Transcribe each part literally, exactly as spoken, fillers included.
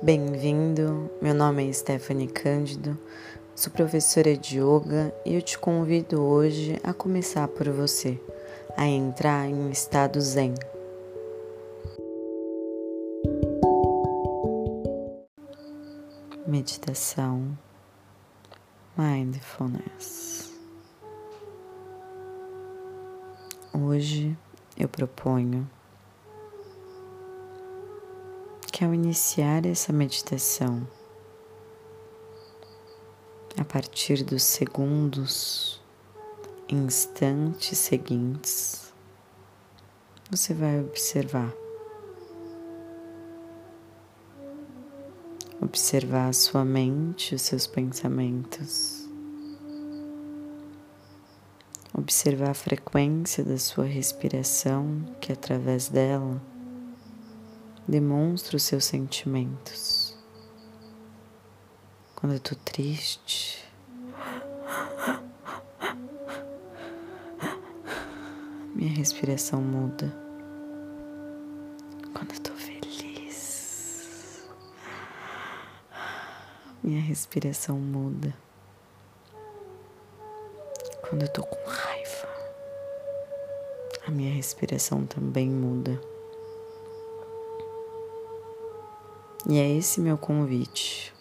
Bem-vindo, meu nome é Stephanie Cândido, sou professora de yoga e eu te convido hoje a começar por você, a entrar em um estado zen. Meditação, mindfulness. Hoje eu proponho que ao iniciar essa meditação, a partir dos segundos, instantes seguintes, você vai observar. Observar a sua mente, os seus pensamentos. Observar a frequência da sua respiração, que através dela demonstra os seus sentimentos. Quando eu tô triste, minha respiração muda. Quando eu tô feliz, minha respiração muda. Quando eu tô com raiva, a minha respiração também muda. E é esse meu convite.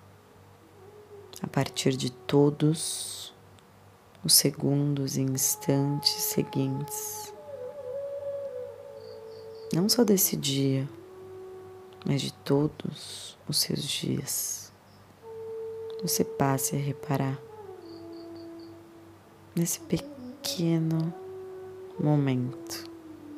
A partir de todos os segundos e instantes seguintes, não só desse dia, mas de todos os seus dias, você passe a reparar nesse pequeno momento,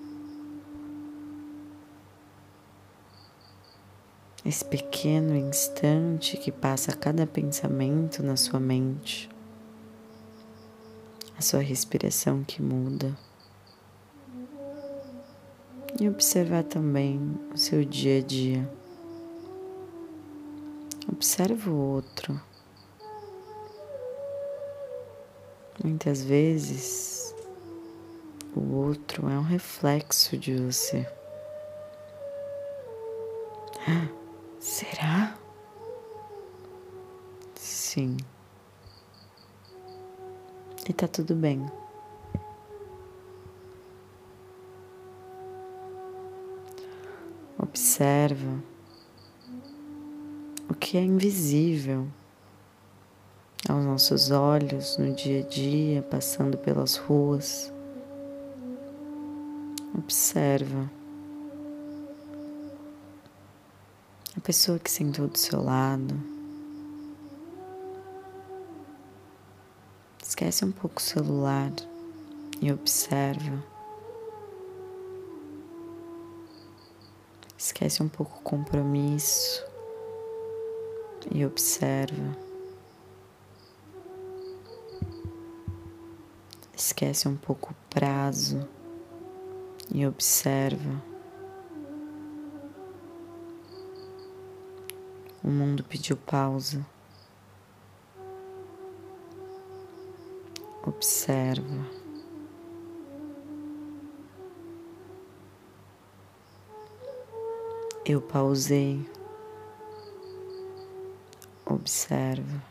esse pequeno instante que passa a cada pensamento na sua mente, a sua respiração que muda, e observar também o seu dia a dia. Observa o outro. Muitas vezes, o outro é um reflexo de você. Será? Sim. E tá tudo bem. Observa o que é invisível aos nossos olhos no dia a dia, passando pelas ruas. Observa a pessoa que sentou do seu lado. Esquece um pouco o celular e observa. Esquece um pouco o compromisso e observa. Esquece um pouco o prazo e observa. O mundo pediu pausa. Observa. Eu pausei. Observa.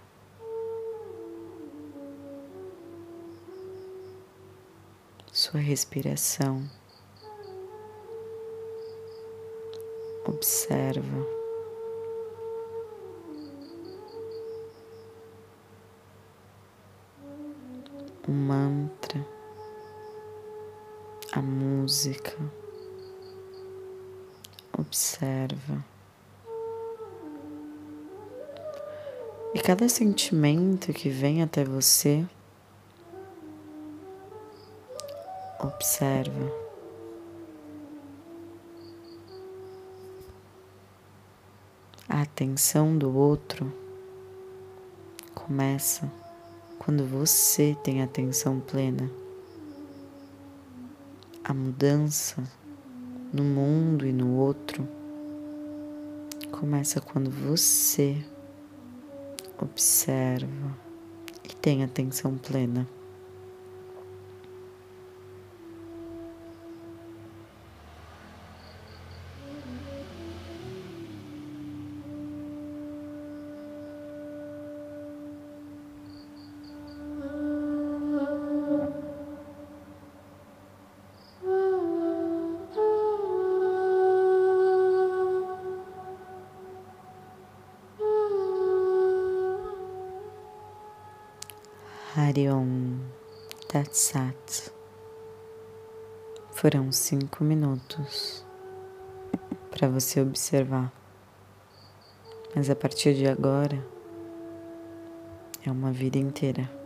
Sua respiração. Observa. O mantra, a música. Observa. E cada sentimento que vem até você, observa. A atenção do outro começa quando você tem atenção plena. A mudança no mundo e no outro começa quando você observa e tem atenção plena. Hari Om Tat Sat. Foram cinco minutos para você observar, mas a partir de agora é uma vida inteira.